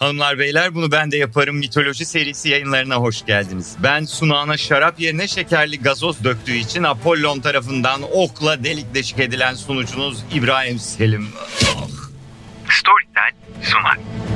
Hanımlar beyler, bunu ben de yaparım mitoloji serisi yayınlarına hoş geldiniz. Ben sunağına şarap yerine şekerli gazoz döktüğü için Apollon tarafından okla delik deşik edilen sunucunuz İbrahim Selim. Storytel sunar.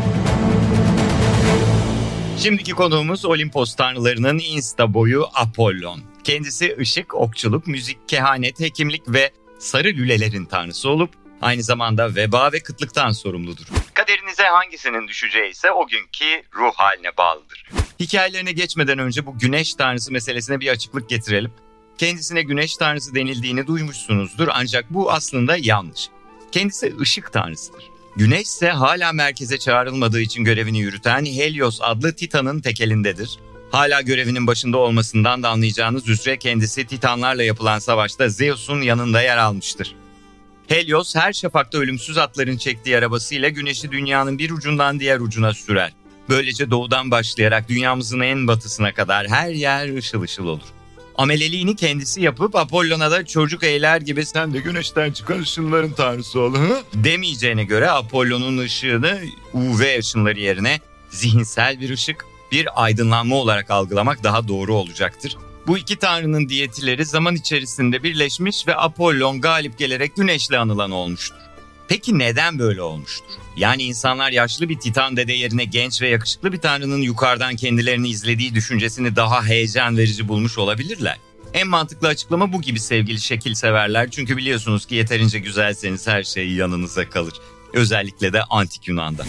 Şimdiki konuğumuz Olimpos tanrılarının insta boyu Apollon. Kendisi ışık, okçuluk, müzik, kehanet, hekimlik ve sarı lülelerin tanrısı olup aynı zamanda veba ve kıtlıktan sorumludur. Kaderinize hangisinin düşeceği ise o günkü ruh haline bağlıdır. Hikayelerine geçmeden önce bu güneş tanrısı meselesine bir açıklık getirelim. Kendisine güneş tanrısı denildiğini duymuşsunuzdur ancak bu aslında yanlış. Kendisi ışık tanrısıdır. Güneş ise hala merkeze çağrılmadığı için görevini yürüten Helios adlı Titan'ın tekelindedir. Hala görevinin başında olmasından da anlayacağınız üzere kendisi Titanlarla yapılan savaşta Zeus'un yanında yer almıştır. Helios her şafakta ölümsüz atların çektiği arabasıyla güneşi dünyanın bir ucundan diğer ucuna sürer. Böylece doğudan başlayarak dünyamızın en batısına kadar her yer ışıl ışıl olur. Ameleliğini kendisi yapıp Apollon'a da çocuk eyler gibi sen de güneşten çıkan ışınların tanrısı ol demeyeceğine göre Apollon'un ışığını UV ışınları yerine zihinsel bir ışık, bir aydınlanma olarak algılamak daha doğru olacaktır. Bu iki tanrının diyetileri zaman içerisinde birleşmiş ve Apollon galip gelerek güneşle anılan olmuştur. Peki neden böyle olmuştur? Yani insanlar yaşlı bir Titan dede yerine genç ve yakışıklı bir tanrının yukarıdan kendilerini izlediği düşüncesini daha heyecan verici bulmuş olabilirler. En mantıklı açıklama bu gibi sevgili şekilseverler. Çünkü biliyorsunuz ki yeterince güzelseniz her şey yanınıza kalır. Özellikle de Antik Yunan'da.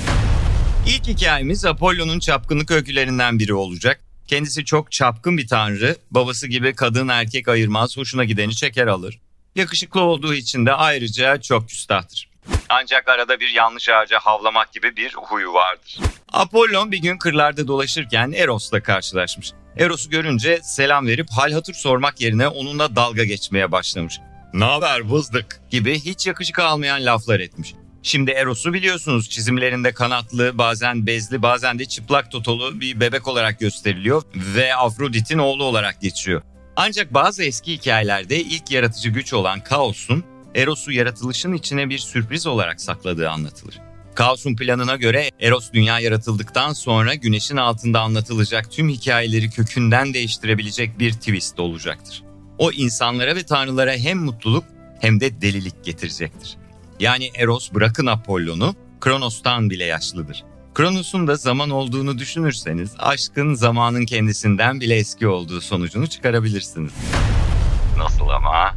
İlk hikayemiz Apollon'un çapkınlık öykülerinden biri olacak. Kendisi çok çapkın bir tanrı, babası gibi kadın erkek ayırmaz, hoşuna gideni çeker alır. Yakışıklı olduğu için de ayrıca çok küstahtır. Ancak arada bir yanlış ağaca havlamak gibi bir huyu vardır. Apollon bir gün kırlarda dolaşırken Eros'la karşılaşmış. Eros'u görünce selam verip hal hatır sormak yerine onunla dalga geçmeye başlamış. "Naber bızdık?" gibi hiç yakışık almayan laflar etmiş. Şimdi Eros'u biliyorsunuz, çizimlerinde kanatlı, bazen bezli, bazen de çıplak totolu bir bebek olarak gösteriliyor ve Afrodit'in oğlu olarak geçiyor. Ancak bazı eski hikayelerde ilk yaratıcı güç olan Kaos'un Eros'u yaratılışın içine bir sürpriz olarak sakladığı anlatılır. Kaos'un planına göre Eros dünya yaratıldıktan sonra güneşin altında anlatılacak tüm hikayeleri kökünden değiştirebilecek bir twist olacaktır. O insanlara ve tanrılara hem mutluluk hem de delilik getirecektir. Yani Eros bırakın Apollon'u, Kronos'tan bile yaşlıdır. Kronos'un da zaman olduğunu düşünürseniz aşkın zamanın kendisinden bile eski olduğu sonucunu çıkarabilirsiniz. Nasıl ama?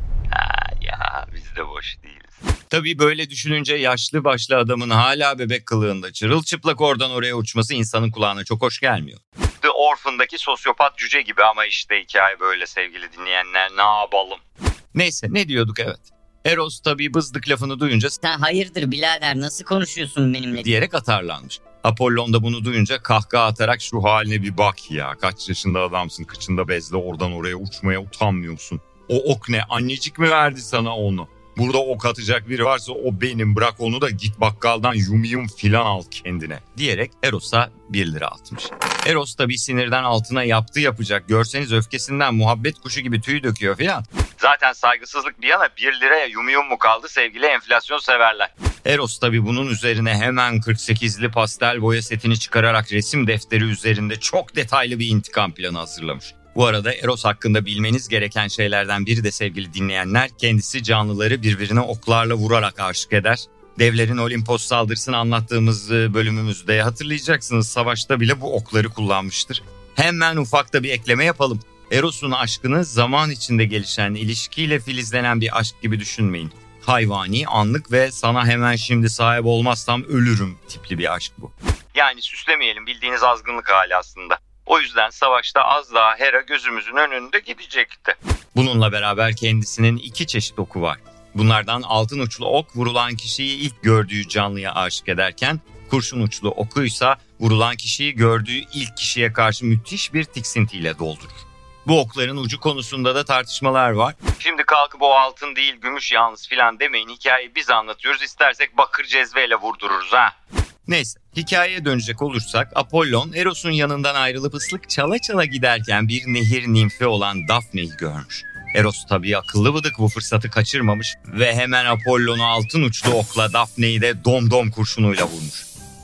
Ya biz de boş değiliz. Tabii böyle düşününce yaşlı başlı adamın hala bebek kılığında çırılçıplak oradan oraya uçması insanın kulağına çok hoş gelmiyor. The Orphan'daki sosyopat cüce gibi ama işte hikaye böyle sevgili dinleyenler, ne yapalım? Neyse, ne diyorduk, evet. Eros tabii bızdık lafını duyunca "Sen hayırdır birader, nasıl konuşuyorsun benimle?" diyerek atarlanmış. Apollon da bunu duyunca kahkaha atarak "Şu haline bir bak ya, kaç yaşında adamsın, kıçında bezle oradan oraya uçmaya utanmıyorsun. O ok ne, annecik mi verdi sana onu? Burada ok atacak biri varsa o benim, bırak onu da git bakkaldan yumyum filan al kendine" diyerek Eros'a 1 lira atmış. Eros tabii sinirden altına yapacak, görseniz öfkesinden muhabbet kuşu gibi tüy döküyor filan. Zaten saygısızlık bir yana 1 liraya yumyum mu kaldı sevgili enflasyon severler. Eros tabii bunun üzerine hemen 48'li pastel boya setini çıkararak resim defteri üzerinde çok detaylı bir intikam planı hazırlamış. Bu arada Eros hakkında bilmeniz gereken şeylerden biri de sevgili dinleyenler, kendisi canlıları birbirine oklarla vurarak aşık eder. Devlerin Olimpos saldırısını anlattığımız bölümümüzde hatırlayacaksınız, savaşta bile bu okları kullanmıştır. Hemen ufakta bir ekleme yapalım. Eros'un aşkını zaman içinde gelişen, ilişkiyle filizlenen bir aşk gibi düşünmeyin. Hayvani, anlık ve sana hemen şimdi sahip olmazsam ölürüm tipli bir aşk bu. Yani süslemeyelim, bildiğiniz azgınlık hali aslında. O yüzden savaşta az daha Hera gözümüzün önünde gidecekti. Bununla beraber kendisinin 2 çeşit oku var. Bunlardan altın uçlu ok vurulan kişiyi ilk gördüğü canlıya aşık ederken, kurşun uçlu okuysa vurulan kişiyi gördüğü ilk kişiye karşı müthiş bir tiksintiyle doldurur. Bu okların ucu konusunda da tartışmalar var. Şimdi kalkıp o altın değil gümüş yalnız filan demeyin, hikayeyi biz anlatıyoruz, istersek bakır cezveyle vurdururuz ha. Neyse, hikayeye dönecek olursak Apollon Eros'un yanından ayrılıp ıslık çala çala giderken bir nehir nimfi olan Daphne'yi görmüş. Eros tabii akıllı bıdık bu fırsatı kaçırmamış ve hemen Apollon'u altın uçlu okla Daphne'yi de domdom kurşunuyla vurmuş.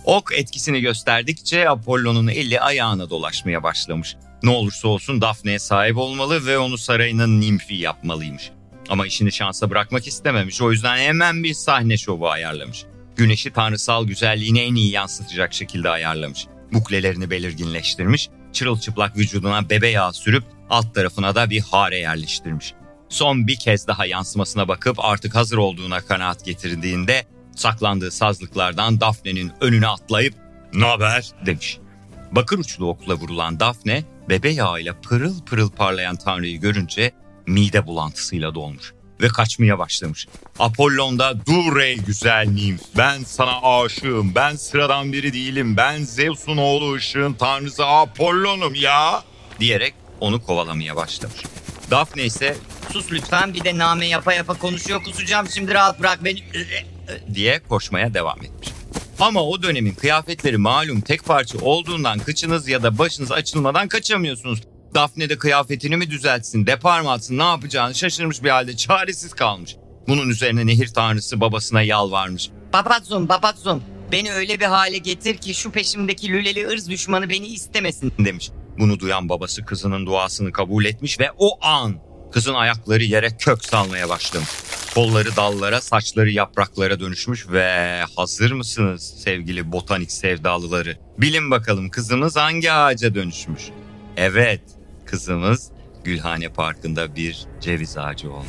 Ok etkisini gösterdikçe Apollon'un eli ayağına dolaşmaya başlamış. Ne olursa olsun Daphne'ye sahip olmalı ve onu sarayının nimfi yapmalıymış. Ama işini şansa bırakmak istememiş, o yüzden hemen bir sahne şovu ayarlamış. Güneşi tanrısal güzelliğini en iyi yansıtacak şekilde ayarlamış. Buklelerini belirginleştirmiş, çırılçıplak vücuduna bebe yağı sürüp alt tarafına da bir hare yerleştirmiş. Son bir kez daha yansımasına bakıp artık hazır olduğuna kanaat getirdiğinde saklandığı sazlıklardan Daphne'nin önüne atlayıp "Naber?" demiş. Bakır uçlu okla vurulan Daphne bebe yağıyla pırıl pırıl parlayan tanrıyı görünce mide bulantısıyla dolmuş ve kaçmaya başlamış. Apollon da "Dur ey güzel nimf, ben sana aşığım, ben sıradan biri değilim, ben Zeus'un oğlu ışığın tanrısı Apollon'um ya" diyerek onu kovalamaya başlamış. Daphne ise Sus lütfen, bir de name yapa yapa konuşuyor, kusacağım şimdi, rahat bırak beni diye koşmaya devam etmiş. Ama o dönemin kıyafetleri malum tek parça olduğundan kıçınız ya da başınız açılmadan kaçamıyorsunuz. Daphne de kıyafetini mi düzeltsin, depar mı atsın, ne yapacağını şaşırmış bir halde çaresiz kalmış. Bunun üzerine nehir tanrısı babasına yalvarmış. Papazzum, beni öyle bir hale getir ki şu peşimdeki lüleli ırz düşmanı beni istemesin demiş. Bunu duyan babası kızının duasını kabul etmiş ve o an kızın ayakları yere kök salmaya başlamış. Kolları dallara, saçları yapraklara dönüşmüş ve hazır mısınız sevgili botanik sevdalıları? Bilin bakalım kızımız hangi ağaca dönüşmüş? Evet, kızımız Gülhane Parkı'nda bir ceviz ağacı olmuş.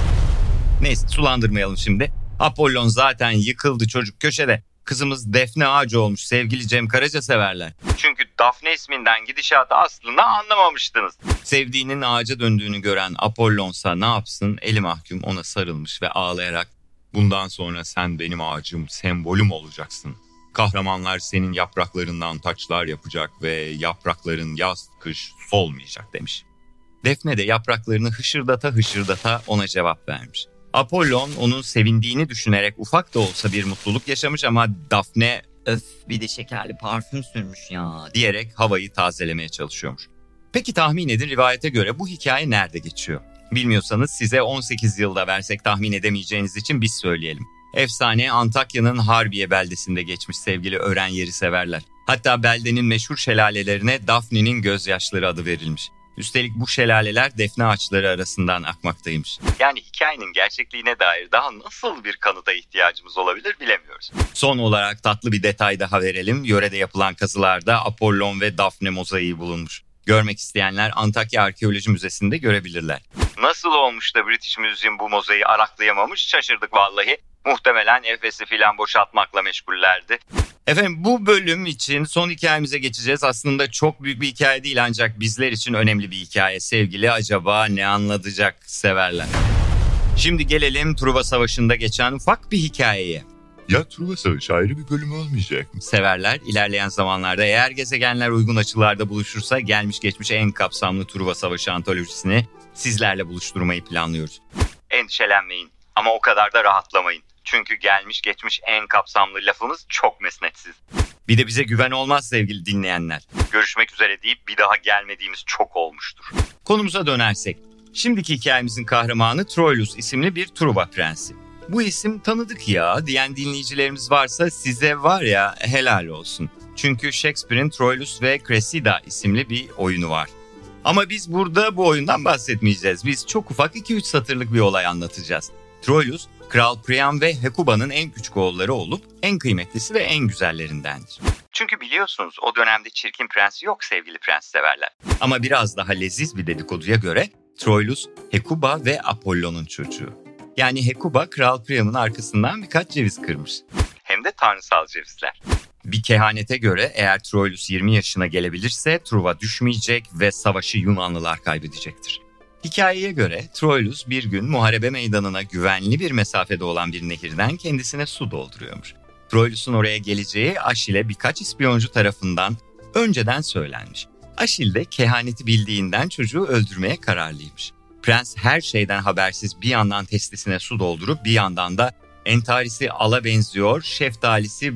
Neyse, sulandırmayalım şimdi. Apollon zaten yıkıldı çocuk köşede. Kızımız Defne ağacı olmuş sevgili Cem Karaca severler. Çünkü Daphne isminden gidişatı aslında anlamamıştınız. Sevdiğinin ağaca döndüğünü gören Apollonsa ne yapsın, eli mahkum ona sarılmış ve ağlayarak "Bundan sonra sen benim ağacım, sembolüm olacaksın. Kahramanlar senin yapraklarından taçlar yapacak ve yaprakların yaz kış solmayacak" demiş. Defne de yapraklarını hışırdata ona cevap vermiş. Apollon onun sevindiğini düşünerek ufak da olsa bir mutluluk yaşamış ama Daphne "Öf, bir de şekerli parfüm sürmüş ya" diyerek havayı tazelemeye çalışıyormuş. Peki tahmin edin, rivayete göre bu hikaye nerede geçiyor? Bilmiyorsanız size 18 yılda versek tahmin edemeyeceğiniz için biz söyleyelim. Efsane Antakya'nın Harbiye beldesinde geçmiş sevgili öğren yeri severler. Hatta beldenin meşhur şelalelerine Daphne'nin gözyaşları adı verilmiş. Üstelik bu şelaleler defne ağaçları arasından akmaktaymış. Yani hikayenin gerçekliğine dair daha nasıl bir kanıta ihtiyacımız olabilir bilemiyoruz. Son olarak tatlı bir detay daha verelim. Yörede yapılan kazılarda Apollon ve Daphne mozaiği bulunmuş. Görmek isteyenler Antakya Arkeoloji Müzesi'nde görebilirler. Nasıl olmuş da British Museum bu mozaiği araklayamamış, şaşırdık vallahi. Muhtemelen Efes'i filan boşaltmakla meşgullerdi. Efendim, bu bölüm için son hikayemize geçeceğiz. Aslında çok büyük bir hikaye değil ancak bizler için önemli bir hikaye sevgili acaba ne anlatacak severler. Şimdi gelelim Truva Savaşı'nda geçen ufak bir hikayeye. Ya Truva Savaşı ayrı bir bölüm olmayacak mı? Severler, ilerleyen zamanlarda eğer gezegenler uygun açılarda buluşursa gelmiş geçmiş en kapsamlı Truva Savaşı antolojisini sizlerle buluşturmayı planlıyoruz. Endişelenmeyin ama o kadar da rahatlamayın. Çünkü gelmiş geçmiş en kapsamlı lafımız çok mesnetsiz. Bir de bize güven olmaz sevgili dinleyenler. Görüşmek üzere deyip bir daha gelmediğimiz çok olmuştur. Konumuza dönersek. Şimdiki hikayemizin kahramanı Troilus isimli bir Truva prensi. Bu isim tanıdık ya diyen dinleyicilerimiz varsa size var ya helal olsun. Çünkü Shakespeare'in Troilus ve Cressida isimli bir oyunu var. Ama biz burada bu oyundan bahsetmeyeceğiz. Biz çok ufak 2-3 satırlık bir olay anlatacağız. Troilus, Kral Priam ve Hekuba'nın en küçük oğulları olup en kıymetlisi ve en güzellerindendir. Çünkü biliyorsunuz o dönemde çirkin prens yok sevgili prens severler. Ama biraz daha leziz bir dedikoduya göre Troilus, Hekuba ve Apollon'un çocuğu. Yani Hekuba Kral Priam'ın arkasından birkaç ceviz kırmış. Hem de tanrısal cevizler. Bir kehanete göre eğer Troilus 20 yaşına gelebilirse Truva düşmeyecek ve savaşı Yunanlılar kaybedecektir. Hikayeye göre Troilus bir gün muharebe meydanına güvenli bir mesafede olan bir nehirden kendisine su dolduruyormuş. Troilus'un oraya geleceği Aşil'e birkaç ispiyoncu tarafından önceden söylenmiş. Aşil de kehaneti bildiğinden çocuğu öldürmeye kararlıymış. Prens her şeyden habersiz bir yandan testisine su doldurup bir yandan da "Entarisi ala benziyor, şeftalisi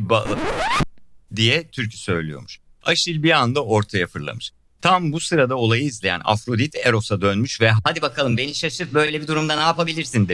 diye türkü söylüyormuş. Aşil bir anda ortaya fırlamış. Tam bu sırada olayı izleyen Afrodit Eros'a dönmüş ve "Hadi bakalım beni şaşırt, böyle bir durumda ne yapabilirsin?" demiş.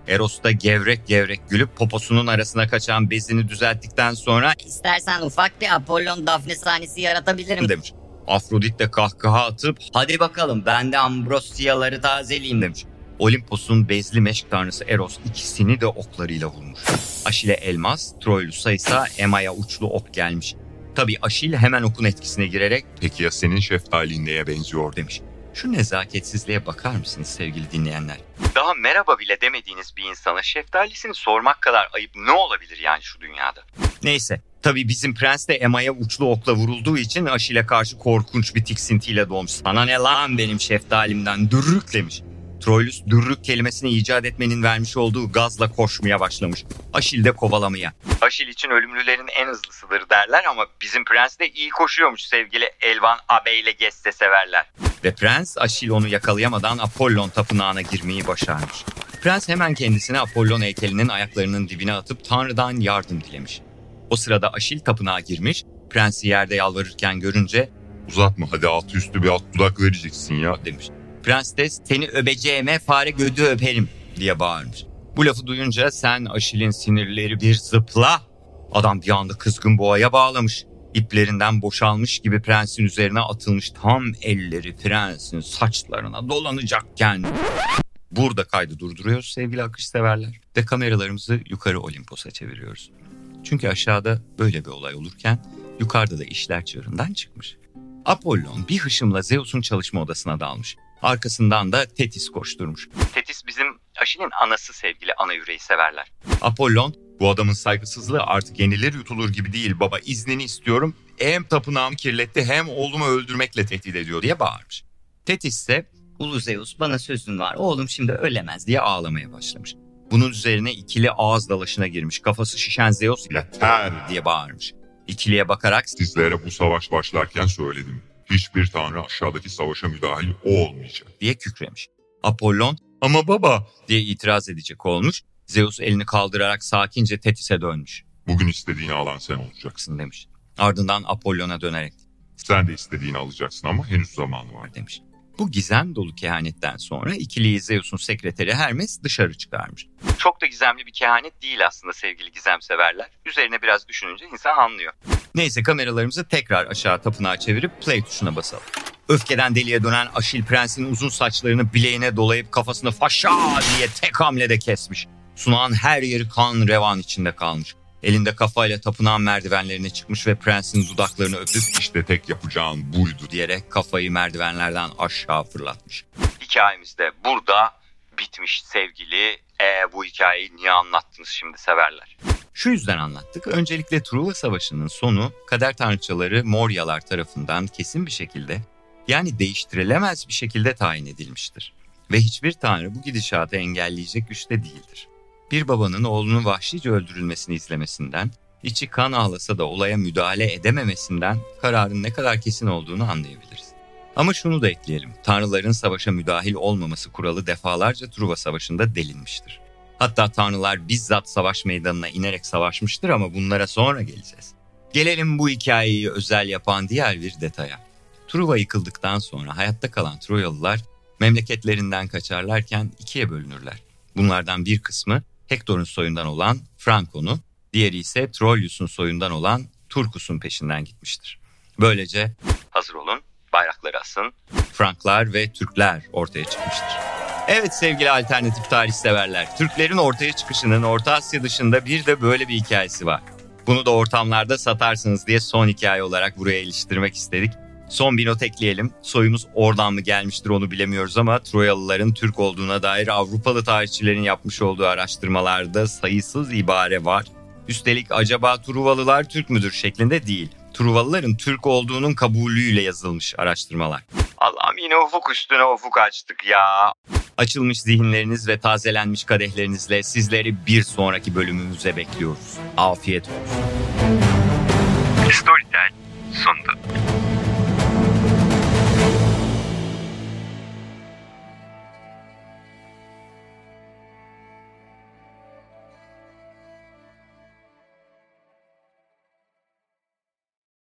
Eros da gevrek gevrek gülüp poposunun arasına kaçan bezini düzelttikten sonra İstersen ufak bir Apollon Daphne sahnesi yaratabilirim demiş. Afrodit de kahkaha atıp hadi bakalım ben de Ambrosiyaları tazeleyeyim demiş. Olimpos'un bezli meşk tanrısı Eros ikisini de oklarıyla vurmuş. Aşil'e elmas, Troilus'a ise Ema'ya uçlu ok gelmiş. Tabii Aşil hemen okun etkisine girerek Peki ya senin şeftalin neye benziyor demiş. Şu nezaketsizliğe bakar mısınız sevgili dinleyenler? Daha merhaba bile demediğiniz bir insana şeftalisini sormak kadar ayıp ne olabilir yani şu dünyada? Neyse, tabii bizim prens de Ema'ya uçlu okla vurulduğu için Aşil'e karşı korkunç bir tiksintiyle doğmuş. Sana ne lan benim şeftalimden dürrük demiş. Troilus dürrük kelimesini icat etmenin vermiş olduğu gazla koşmaya başlamış. Aşil de kovalamaya. Aşil için ölümlülerin en hızlısıdır derler ama bizim prens de iyi koşuyormuş sevgili Elvan ağabeyle Geste severler. Ve prens Aşil onu yakalayamadan Apollon tapınağına girmeyi başarmış. Prens hemen kendisini Apollon heykelinin ayaklarının dibine atıp Tanrı'dan yardım dilemiş. O sırada Aşil tapınağa girmiş, prensi yerde yalvarırken görünce Uzatma hadi altı üstü bir alt dudak vereceksin ya demiş. Prens de seni öpeceğime fare gödü öperim diye bağırmış. Bu lafı duyunca sen Aşil'in sinirleri bir zıpla. Adam bir anda kızgın boğaya bağlamış. İplerinden boşalmış gibi prensin üzerine atılmış, tam elleri prensin saçlarına dolanacakken. Burada kaydı durduruyoruz sevgili akış severler. Ve kameralarımızı yukarı Olimpos'a çeviriyoruz. Çünkü aşağıda böyle bir olay olurken yukarıda da işler çığırından çıkmış. Apollon bir hışımla Zeus'un çalışma odasına dalmış. Arkasından da Tetis koşturmuş. Tetis bizim Aşil'in anası sevgili ana yüreği severler. Apollon, bu adamın saygısızlığı artık yenilir yutulur gibi değil baba, iznini istiyorum. Hem tapınağımı kirletti hem oğlumu öldürmekle tehdit ediyor diye bağırmış. Tetis ise Ulu Zeus bana sözün var, oğlum şimdi ölemez diye ağlamaya başlamış. Bunun üzerine ikili ağız dalaşına girmiş. Kafası şişen Zeus yeter diye bağırmış. İkiliye bakarak Sizlere bu savaş başlarken söyledim. Hiçbir tanrı aşağıdaki savaşa müdahil olmayacak diye kükremiş. Apollon ama baba diye itiraz edecek olmuş. Zeus elini kaldırarak sakince Tetis'e dönmüş. Bugün istediğini alan sen olacaksın demiş. Ardından Apollon'a dönerek sen de istediğini alacaksın ama henüz zamanı var demiş. Bu gizem dolu kehanetten sonra ikiliyi Zeus'un sekreteri Hermes dışarı çıkarmış. Çok da gizemli bir kehanet değil aslında sevgili gizem severler. Üzerine biraz düşününce insan anlıyor. Neyse kameralarımızı tekrar aşağı tapınağa çevirip play tuşuna basalım. Öfkeden deliye dönen Aşil prensin uzun saçlarını bileğine dolayıp kafasını faşa diye tek hamlede kesmiş. Sunağın her yeri kan revan içinde kalmış. Elinde kafayla tapınağın merdivenlerine çıkmış ve prensin dudaklarını öpüp işte tek yapacağın buydu diyerek kafayı merdivenlerden aşağı fırlatmış. Hikayemiz de burada bitmiş sevgili. Bu hikayeyi niye anlattınız şimdi severler? Şu yüzden anlattık. Öncelikle Truva Savaşı'nın sonu kader tanrıçaları Moryalar tarafından kesin bir şekilde, yani değiştirilemez bir şekilde tayin edilmiştir. Ve hiçbir tanrı bu gidişatı engelleyecek güçte değildir. Bir babanın oğlunun vahşice öldürülmesini izlemesinden, içi kan ağlasa da olaya müdahale edememesinden kararın ne kadar kesin olduğunu anlayabiliriz. Ama şunu da ekleyelim, tanrıların savaşa müdahil olmaması kuralı defalarca Truva Savaşı'nda delinmiştir. Hatta tanrılar bizzat savaş meydanına inerek savaşmıştır ama bunlara sonra geleceğiz. Gelelim bu hikayeyi özel yapan diğer bir detaya. Truva yıkıldıktan sonra hayatta kalan Troyalılar memleketlerinden kaçarlarken ikiye bölünürler. Bunlardan bir kısmı Hektor'un soyundan olan Frankon'u, diğeri ise Troillus'un soyundan olan Turkus'un peşinden gitmiştir. Böylece hazır olun, bayrakları asın, Franklar ve Türkler ortaya çıkmıştır. Evet sevgili alternatif tarih severler, Türklerin ortaya çıkışının Orta Asya dışında bir de böyle bir hikayesi var. Bunu da ortamlarda satarsınız diye son hikaye olarak buraya iliştirmek istedik. Son bir not ekleyelim. Soyumuz oradan mı gelmiştir onu bilemiyoruz ama Troyalıların Türk olduğuna dair Avrupalı tarihçilerin yapmış olduğu araştırmalarda sayısız ibare var. Üstelik acaba Truvalılar Türk müdür şeklinde değil. Truvalıların Türk olduğunun kabulüyle yazılmış araştırmalar. Allah'ım yine ufuk üstüne ufuk açtık ya. Açılmış zihinleriniz ve tazelenmiş kadehlerinizle sizleri bir sonraki bölümümüze bekliyoruz. Afiyet olsun. Storytel sonunda.